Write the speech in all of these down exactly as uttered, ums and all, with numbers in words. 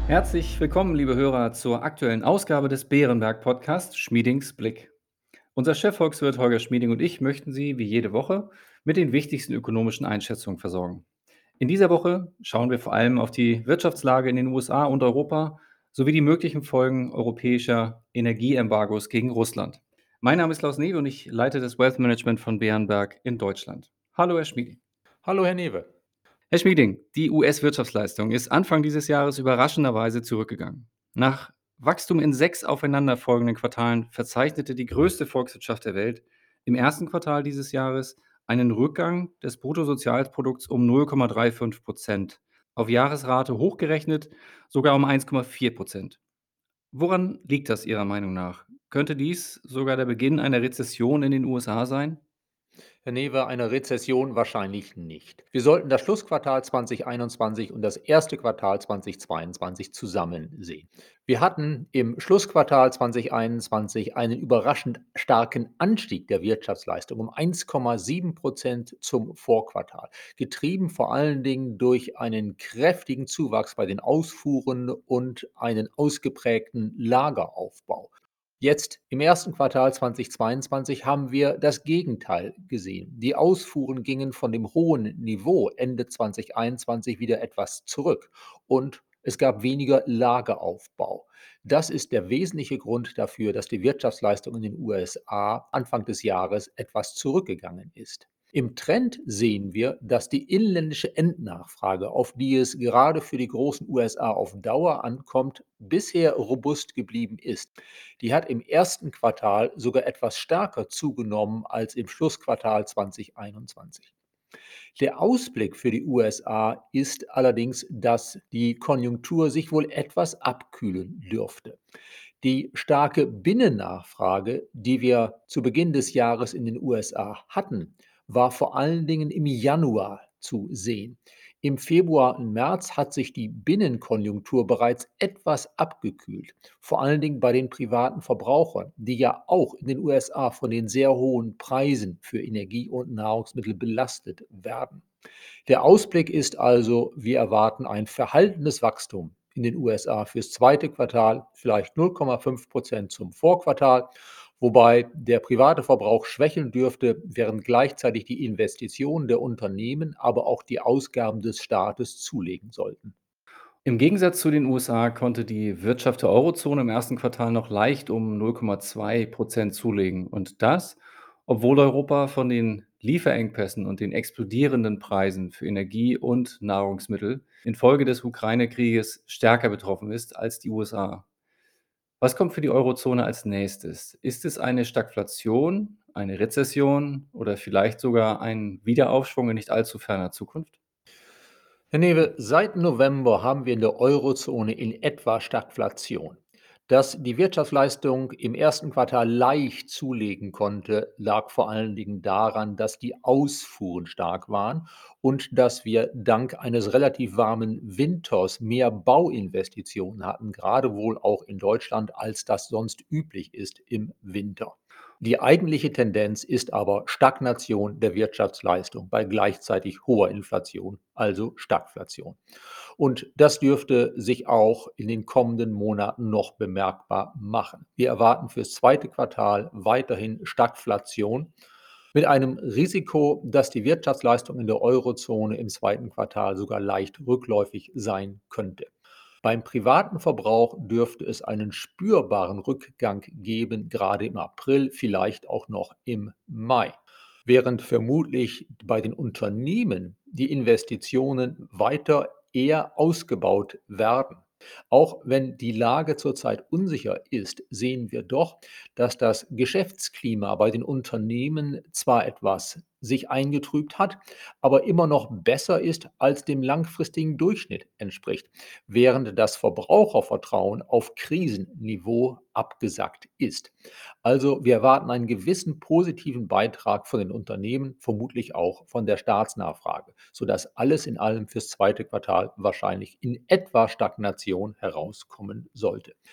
Herzlich willkommen, liebe Hörer, zur aktuellen Ausgabe des Bärenberg Podcasts Schmiedings Blick. Unser Chefvolkswirt Holger Schmieding und ich möchten Sie wie jede Woche mit den wichtigsten ökonomischen Einschätzungen versorgen. In dieser Woche schauen wir vor allem auf die Wirtschaftslage in den U S A und Europa sowie die möglichen Folgen europäischer Energieembargos gegen Russland. Mein Name ist Klaus Newe und ich leite das Wealth Management von Bärenberg in Deutschland. Hallo, Herr Schmieding. Hallo, Herr Newe. Herr Schmieding, die U S-Wirtschaftsleistung ist Anfang dieses Jahres überraschenderweise zurückgegangen. Nach Wachstum in sechs aufeinanderfolgenden Quartalen verzeichnete die größte Volkswirtschaft der Welt im ersten Quartal dieses Jahres einen Rückgang des Bruttosozialprodukts um null Komma fünfunddreißig Prozent, auf Jahresrate hochgerechnet sogar um eins Komma vier Prozent. Woran liegt das Ihrer Meinung nach? Könnte dies sogar der Beginn einer Rezession in den U S A sein? Herr Newe, eine Rezession wahrscheinlich nicht. Wir sollten das Schlussquartal zwanzig einundzwanzig und das erste Quartal zwanzig zweiundzwanzig zusammen sehen. Wir hatten im Schlussquartal zwanzig einundzwanzig einen überraschend starken Anstieg der Wirtschaftsleistung um eins Komma sieben Prozent zum Vorquartal, getrieben vor allen Dingen durch einen kräftigen Zuwachs bei den Ausfuhren und einen ausgeprägten Lageraufbau. Jetzt im ersten Quartal zwanzig zweiundzwanzig haben wir das Gegenteil gesehen. Die Ausfuhren gingen von dem hohen Niveau Ende zwanzig einundzwanzig wieder etwas zurück und es gab weniger Lageraufbau. Das ist der wesentliche Grund dafür, dass die Wirtschaftsleistung in den U S A Anfang des Jahres etwas zurückgegangen ist. Im Trend sehen wir, dass die inländische Endnachfrage, auf die es gerade für die großen U S A auf Dauer ankommt, bisher robust geblieben ist. Die hat im ersten Quartal sogar etwas stärker zugenommen als im Schlussquartal zwanzig einundzwanzig. Der Ausblick für die U S A ist allerdings, dass die Konjunktur sich wohl etwas abkühlen dürfte. Die starke Binnennachfrage, die wir zu Beginn des Jahres in den U S A hatten, war vor allen Dingen im Januar zu sehen. Im Februar und März hat sich die Binnenkonjunktur bereits etwas abgekühlt, vor allen Dingen bei den privaten Verbrauchern, die ja auch in den U S A von den sehr hohen Preisen für Energie und Nahrungsmittel belastet werden. Der Ausblick ist also, wir erwarten ein verhaltenes Wachstum in den U S A fürs zweite Quartal, vielleicht null Komma fünf Prozent zum Vorquartal, wobei der private Verbrauch schwächeln dürfte, während gleichzeitig die Investitionen der Unternehmen, aber auch die Ausgaben des Staates zulegen sollten. Im Gegensatz zu den U S A konnte die Wirtschaft der Eurozone im ersten Quartal noch leicht um null Komma zwei Prozent zulegen. Und das, obwohl Europa von den Lieferengpässen und den explodierenden Preisen für Energie und Nahrungsmittel infolge des Ukraine-Krieges stärker betroffen ist als die U S A. Was kommt für die Eurozone als nächstes? Ist es eine Stagflation, eine Rezession oder vielleicht sogar ein Wiederaufschwung in nicht allzu ferner Zukunft? Herr Newe, seit November haben wir in der Eurozone in etwa Stagflation. Dass die Wirtschaftsleistung im ersten Quartal leicht zulegen konnte, lag vor allen Dingen daran, dass die Ausfuhren stark waren und dass wir dank eines relativ warmen Winters mehr Bauinvestitionen hatten, gerade wohl auch in Deutschland, als das sonst üblich ist im Winter. Die eigentliche Tendenz ist aber Stagnation der Wirtschaftsleistung bei gleichzeitig hoher Inflation, also Stagflation. Und das dürfte sich auch in den kommenden Monaten noch bemerkbar machen. Wir erwarten fürs zweite Quartal weiterhin Stagflation mit einem Risiko, dass die Wirtschaftsleistung in der Eurozone im zweiten Quartal sogar leicht rückläufig sein könnte. Beim privaten Verbrauch dürfte es einen spürbaren Rückgang geben, gerade im April, vielleicht auch noch im Mai, während vermutlich bei den Unternehmen die Investitionen weiter eher ausgebaut werden. Auch wenn die Lage zurzeit unsicher ist, sehen wir doch, dass das Geschäftsklima bei den Unternehmen zwar etwas sich eingetrübt hat, aber immer noch besser ist, als dem langfristigen Durchschnitt entspricht, während das Verbrauchervertrauen auf Krisenniveau abgesackt ist. Also wir erwarten einen gewissen positiven Beitrag von den Unternehmen, vermutlich auch von der Staatsnachfrage, sodass alles in allem fürs zweite Quartal wahrscheinlich in etwa Stagnation herauskommen sollte.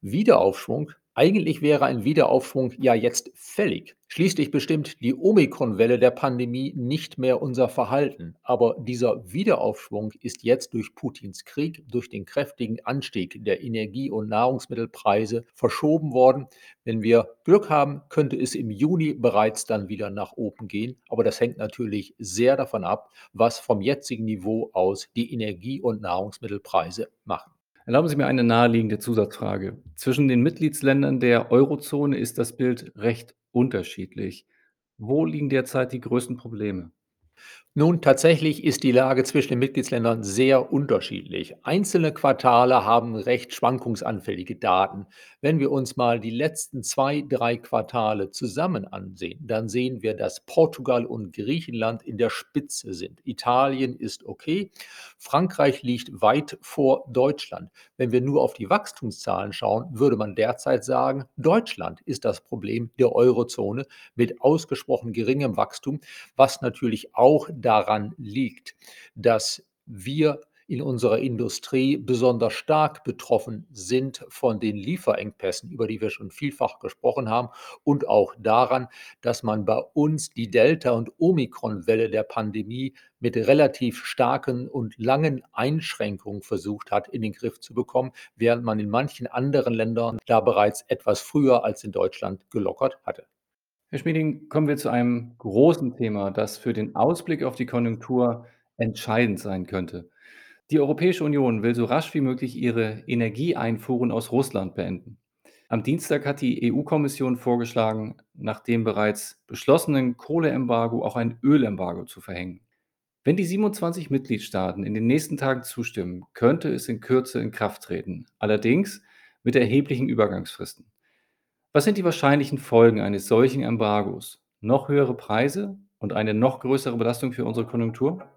Wiederaufschwung? Eigentlich wäre ein Wiederaufschwung ja jetzt fällig. Schließlich bestimmt die Omikron-Welle der Pandemie nicht mehr unser Verhalten. Aber dieser Wiederaufschwung ist jetzt durch Putins Krieg, durch den kräftigen Anstieg der Energie- und Nahrungsmittelpreise verschoben worden. Wenn wir Glück haben, könnte es im Juni bereits dann wieder nach oben gehen. Aber das hängt natürlich sehr davon ab, was vom jetzigen Niveau aus die Energie- und Nahrungsmittelpreise machen. Erlauben Sie mir eine naheliegende Zusatzfrage. Zwischen den Mitgliedsländern der Eurozone ist das Bild recht unterschiedlich. Wo liegen derzeit die größten Probleme? Nun, tatsächlich ist die Lage zwischen den Mitgliedsländern sehr unterschiedlich. Einzelne Quartale haben recht schwankungsanfällige Daten. Wenn wir uns mal die letzten zwei, drei Quartale zusammen ansehen, dann sehen wir, dass Portugal und Griechenland in der Spitze sind. Italien ist okay. Frankreich liegt weit vor Deutschland. Wenn wir nur auf die Wachstumszahlen schauen, würde man derzeit sagen, Deutschland ist das Problem der Eurozone mit ausgesprochen geringem Wachstum, was natürlich auch daran liegt, dass wir in unserer Industrie besonders stark betroffen sind von den Lieferengpässen, über die wir schon vielfach gesprochen haben, und auch daran, dass man bei uns die Delta- und Omikron-Welle der Pandemie mit relativ starken und langen Einschränkungen versucht hat, in den Griff zu bekommen, während man in manchen anderen Ländern da bereits etwas früher als in Deutschland gelockert hatte. Herr Schmieding, kommen wir zu einem großen Thema, das für den Ausblick auf die Konjunktur entscheidend sein könnte. Die Europäische Union will so rasch wie möglich ihre Energieeinfuhren aus Russland beenden. Am Dienstag hat die E U-Kommission vorgeschlagen, nach dem bereits beschlossenen Kohleembargo auch ein Ölembargo zu verhängen. Wenn die siebenundzwanzig Mitgliedstaaten in den nächsten Tagen zustimmen, könnte es in Kürze in Kraft treten, allerdings mit erheblichen Übergangsfristen. Was sind die wahrscheinlichen Folgen eines solchen Embargos? Noch höhere Preise und eine noch größere Belastung für unsere Konjunktur?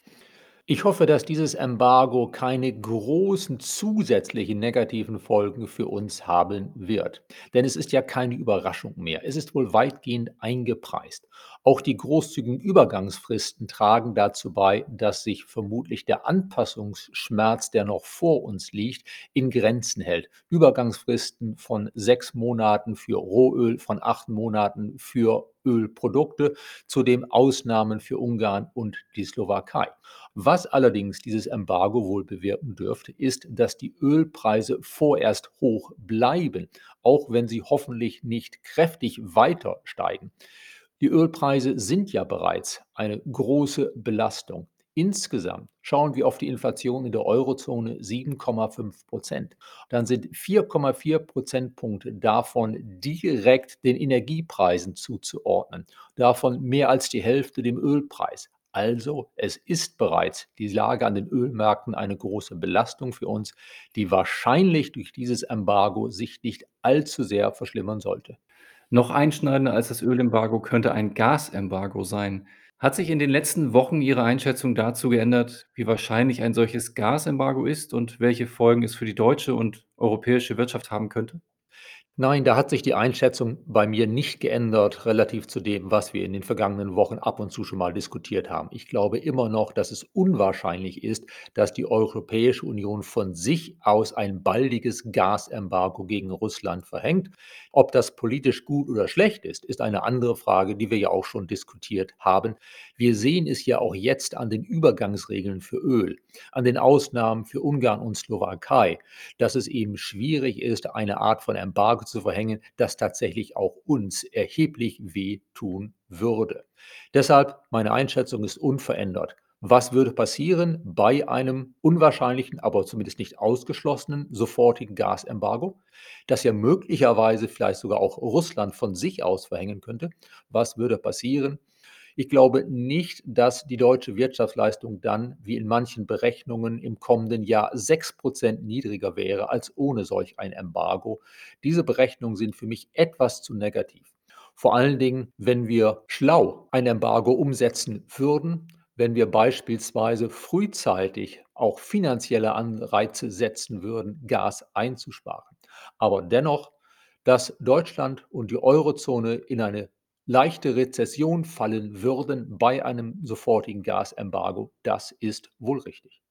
Ich hoffe, dass dieses Embargo keine großen zusätzlichen negativen Folgen für uns haben wird. Denn es ist ja keine Überraschung mehr. Es ist wohl weitgehend eingepreist. Auch die großzügigen Übergangsfristen tragen dazu bei, dass sich vermutlich der Anpassungsschmerz, der noch vor uns liegt, in Grenzen hält. Übergangsfristen von sechs Monaten für Rohöl, von acht Monaten für Ölprodukte, zudem Ausnahmen für Ungarn und die Slowakei. Was allerdings dieses Embargo wohl bewirken dürfte, ist, dass die Ölpreise vorerst hoch bleiben, auch wenn sie hoffentlich nicht kräftig weiter steigen. Die Ölpreise sind ja bereits eine große Belastung. Insgesamt schauen wir auf die Inflation in der Eurozone sieben Komma fünf Prozent. Dann sind vier Komma vier Prozentpunkte davon direkt den Energiepreisen zuzuordnen, davon mehr als die Hälfte dem Ölpreis. Also, es ist bereits die Lage an den Ölmärkten eine große Belastung für uns, die wahrscheinlich durch dieses Embargo sich nicht allzu sehr verschlimmern sollte. Noch einschneidender als das Ölembargo könnte ein Gasembargo sein. Hat sich in den letzten Wochen Ihre Einschätzung dazu geändert, wie wahrscheinlich ein solches Gasembargo ist und welche Folgen es für die deutsche und europäische Wirtschaft haben könnte? Nein, da hat sich die Einschätzung bei mir nicht geändert relativ zu dem, was wir in den vergangenen Wochen ab und zu schon mal diskutiert haben. Ich glaube immer noch, dass es unwahrscheinlich ist, dass die Europäische Union von sich aus ein baldiges Gasembargo gegen Russland verhängt. Ob das politisch gut oder schlecht ist, ist eine andere Frage, die wir ja auch schon diskutiert haben. Wir sehen es ja auch jetzt an den Übergangsregeln für Öl, an den Ausnahmen für Ungarn und Slowakei, dass es eben schwierig ist, eine Art von Embargo zu verhängen, das tatsächlich auch uns erheblich wehtun würde. Deshalb meine Einschätzung ist unverändert. Was würde passieren bei einem unwahrscheinlichen, aber zumindest nicht ausgeschlossenen sofortigen Gasembargo, das ja möglicherweise vielleicht sogar auch Russland von sich aus verhängen könnte? Was würde passieren? Ich glaube nicht, dass die deutsche Wirtschaftsleistung dann, wie in manchen Berechnungen, im kommenden Jahr sechs Prozent niedriger wäre als ohne solch ein Embargo. Diese Berechnungen sind für mich etwas zu negativ. Vor allen Dingen, wenn wir schlau ein Embargo umsetzen würden, wenn wir beispielsweise frühzeitig auch finanzielle Anreize setzen würden, Gas einzusparen. Aber dennoch, dass Deutschland und die Eurozone in eine leichte Rezession fallen würden bei einem sofortigen Gasembargo, das ist wohl richtig.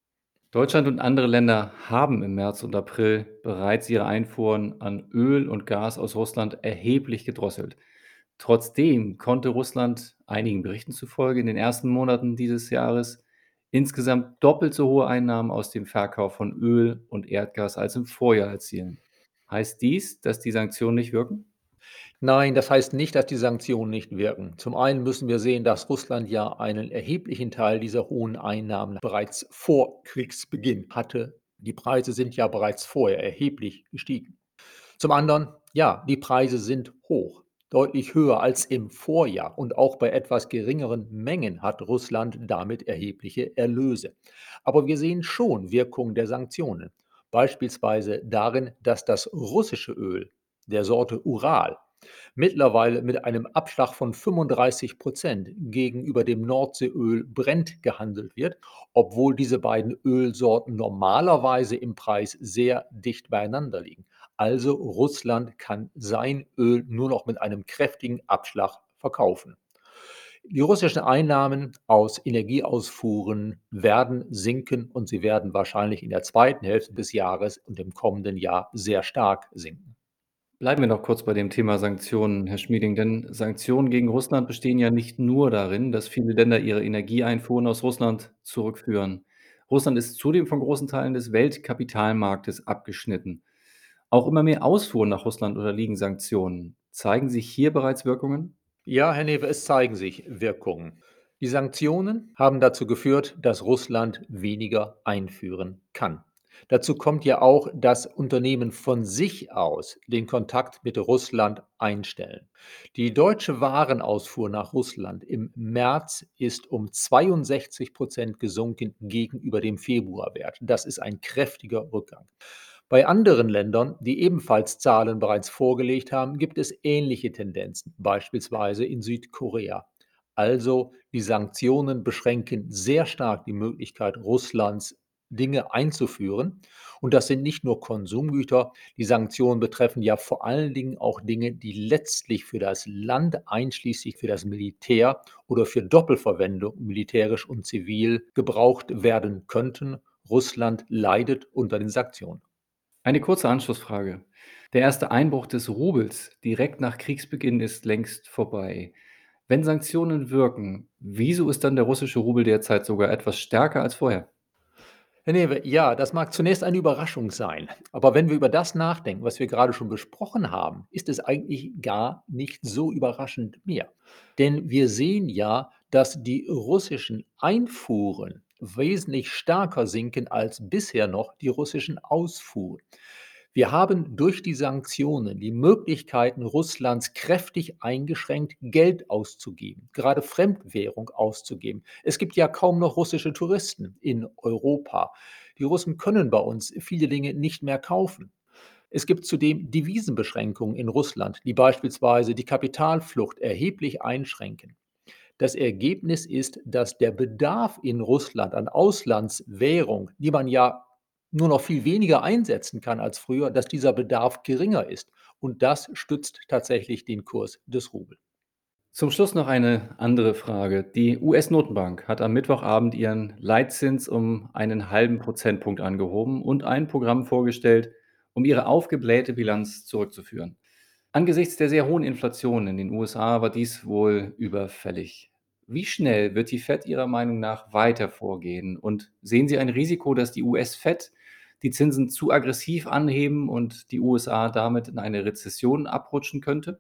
Deutschland und andere Länder haben im März und April bereits ihre Einfuhren an Öl und Gas aus Russland erheblich gedrosselt. Trotzdem konnte Russland einigen Berichten zufolge in den ersten Monaten dieses Jahres insgesamt doppelt so hohe Einnahmen aus dem Verkauf von Öl und Erdgas als im Vorjahr erzielen. Heißt dies, dass die Sanktionen nicht wirken? Nein, das heißt nicht, dass die Sanktionen nicht wirken. Zum einen müssen wir sehen, dass Russland ja einen erheblichen Teil dieser hohen Einnahmen bereits vor Kriegsbeginn hatte. Die Preise sind ja bereits vorher erheblich gestiegen. Zum anderen, ja, die Preise sind hoch, deutlich höher als im Vorjahr, und auch bei etwas geringeren Mengen hat Russland damit erhebliche Erlöse. Aber wir sehen schon Wirkungen der Sanktionen, beispielsweise darin, dass das russische Öl der Sorte Ural mittlerweile mit einem Abschlag von fünfunddreißig Prozent gegenüber dem Nordseeöl Brent gehandelt wird, obwohl diese beiden Ölsorten normalerweise im Preis sehr dicht beieinander liegen. Also Russland kann sein Öl nur noch mit einem kräftigen Abschlag verkaufen. Die russischen Einnahmen aus Energieausfuhren werden sinken, und sie werden wahrscheinlich in der zweiten Hälfte des Jahres und im kommenden Jahr sehr stark sinken. Bleiben wir noch kurz bei dem Thema Sanktionen, Herr Schmieding, denn Sanktionen gegen Russland bestehen ja nicht nur darin, dass viele Länder ihre Energieeinfuhren aus Russland zurückführen. Russland ist zudem von großen Teilen des Weltkapitalmarktes abgeschnitten. Auch immer mehr Ausfuhren nach Russland unterliegen Sanktionen. Zeigen sich hier bereits Wirkungen? Ja, Herr Newe, es zeigen sich Wirkungen. Die Sanktionen haben dazu geführt, dass Russland weniger einführen kann. Dazu kommt ja auch, dass Unternehmen von sich aus den Kontakt mit Russland einstellen. Die deutsche Warenausfuhr nach Russland im März ist um zweiundsechzig Prozent gesunken gegenüber dem Februarwert. Das ist ein kräftiger Rückgang. Bei anderen Ländern, die ebenfalls Zahlen bereits vorgelegt haben, gibt es ähnliche Tendenzen, beispielsweise in Südkorea. Also die Sanktionen beschränken sehr stark die Möglichkeit Russlands, Dinge einzuführen. Und das sind nicht nur Konsumgüter, die Sanktionen betreffen ja vor allen Dingen auch Dinge, die letztlich für das Land, einschließlich für das Militär oder für Doppelverwendung, militärisch und zivil, gebraucht werden könnten. Russland leidet unter den Sanktionen. Eine kurze Anschlussfrage. Der erste Einbruch des Rubels direkt nach Kriegsbeginn ist längst vorbei. Wenn Sanktionen wirken, wieso ist dann der russische Rubel derzeit sogar etwas stärker als vorher? Herr Newe, ja, das mag zunächst eine Überraschung sein, aber wenn wir über das nachdenken, was wir gerade schon besprochen haben, ist es eigentlich gar nicht so überraschend mehr. Denn wir sehen ja, dass die russischen Einfuhren wesentlich stärker sinken als bisher noch die russischen Ausfuhren. Wir haben durch die Sanktionen die Möglichkeiten Russlands kräftig eingeschränkt, Geld auszugeben, gerade Fremdwährung auszugeben. Es gibt ja kaum noch russische Touristen in Europa. Die Russen können bei uns viele Dinge nicht mehr kaufen. Es gibt zudem Devisenbeschränkungen in Russland, die beispielsweise die Kapitalflucht erheblich einschränken. Das Ergebnis ist, dass der Bedarf in Russland an Auslandswährung, die man ja nur noch viel weniger einsetzen kann als früher, dass dieser Bedarf geringer ist. Und das stützt tatsächlich den Kurs des Rubel. Zum Schluss noch eine andere Frage. Die U S-Notenbank hat am Mittwochabend ihren Leitzins um einen halben Prozentpunkt angehoben und ein Programm vorgestellt, um ihre aufgeblähte Bilanz zurückzuführen. Angesichts der sehr hohen Inflation in den U S A war dies wohl überfällig. Wie schnell wird die Fed Ihrer Meinung nach weiter vorgehen? Und sehen Sie ein Risiko, dass die U S-Fed die Zinsen zu aggressiv anheben und die U S A damit in eine Rezession abrutschen könnte?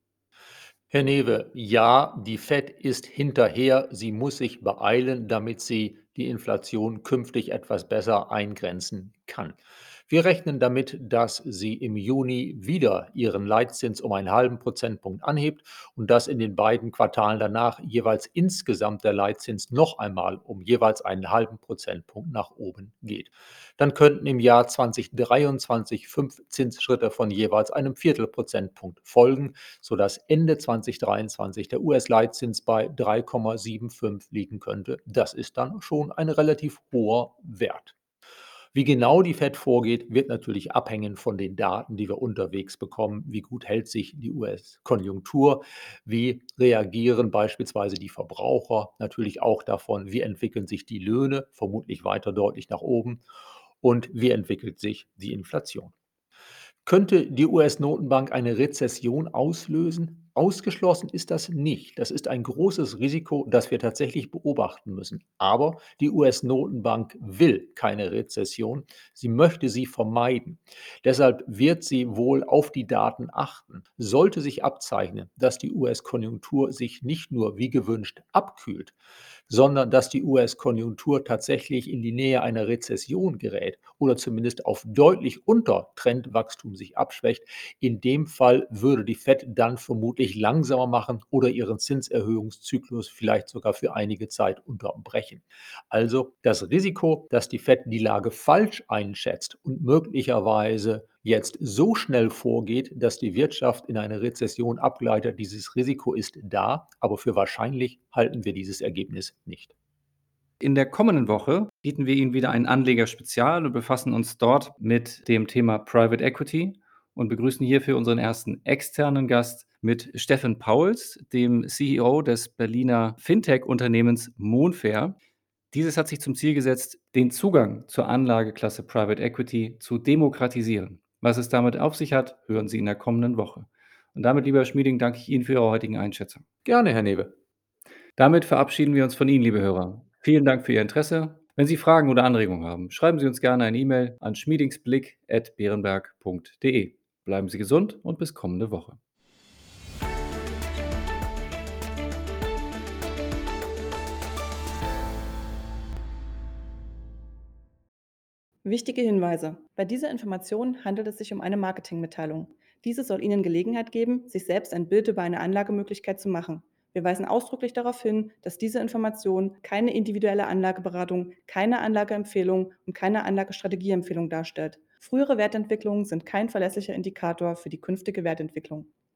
Herr Newe, ja, die Fed ist hinterher. Sie muss sich beeilen, damit sie die Inflation künftig etwas besser eingrenzen kann. Wir rechnen damit, dass sie im Juni wieder ihren Leitzins um einen halben Prozentpunkt anhebt und dass in den beiden Quartalen danach jeweils insgesamt der Leitzins noch einmal um jeweils einen halben Prozentpunkt nach oben geht. Dann könnten im Jahr zweitausenddreiundzwanzig fünf Zinsschritte von jeweils einem Viertelprozentpunkt folgen, sodass Ende zweitausenddreiundzwanzig der U S-Leitzins bei drei Komma fünfundsiebzig liegen könnte. Das ist dann schon ein relativ hoher Wert. Wie genau die Fed vorgeht, wird natürlich abhängen von den Daten, die wir unterwegs bekommen. Wie gut hält sich die U S-Konjunktur? Wie reagieren beispielsweise die Verbraucher? Natürlich auch davon, wie entwickeln sich die Löhne, vermutlich weiter deutlich nach oben. Und wie entwickelt sich die Inflation? Könnte die U S-Notenbank eine Rezession auslösen? Ausgeschlossen ist das nicht. Das ist ein großes Risiko, das wir tatsächlich beobachten müssen. Aber die U S-Notenbank will keine Rezession. Sie möchte sie vermeiden. Deshalb wird sie wohl auf die Daten achten. Sollte sich abzeichnen, dass die U S-Konjunktur sich nicht nur wie gewünscht abkühlt, sondern dass die U S-Konjunktur tatsächlich in die Nähe einer Rezession gerät oder zumindest auf deutlich unter Trendwachstum sich abschwächt. In dem Fall würde die Fed dann vermutlich langsamer machen oder ihren Zinserhöhungszyklus vielleicht sogar für einige Zeit unterbrechen. Also das Risiko, dass die Fed die Lage falsch einschätzt und möglicherweise jetzt so schnell vorgeht, dass die Wirtschaft in eine Rezession abgleitet, dieses Risiko ist da, aber für wahrscheinlich halten wir dieses Ergebnis nicht. In der kommenden Woche bieten wir Ihnen wieder ein Anlegerspezial und befassen uns dort mit dem Thema Private Equity und begrüßen hierfür unseren ersten externen Gast mit Steffen Pauls, dem C E O des Berliner Fintech-Unternehmens Monfair. Dieses hat sich zum Ziel gesetzt, den Zugang zur Anlageklasse Private Equity zu demokratisieren. Was es damit auf sich hat, hören Sie in der kommenden Woche. Und damit, lieber Herr Schmieding, danke ich Ihnen für Ihre heutigen Einschätzung. Gerne, Herr Newe. Damit verabschieden wir uns von Ihnen, liebe Hörer. Vielen Dank für Ihr Interesse. Wenn Sie Fragen oder Anregungen haben, schreiben Sie uns gerne eine E-Mail an schmiedingsblick at beerenberg punkt de. Bleiben Sie gesund und bis kommende Woche. Wichtige Hinweise. Bei dieser Information handelt es sich um eine Marketingmitteilung. Diese soll Ihnen Gelegenheit geben, sich selbst ein Bild über eine Anlagemöglichkeit zu machen. Wir weisen ausdrücklich darauf hin, dass diese Information keine individuelle Anlageberatung, keine Anlageempfehlung und keine Anlagestrategieempfehlung darstellt. Frühere Wertentwicklungen sind kein verlässlicher Indikator für die künftige Wertentwicklung.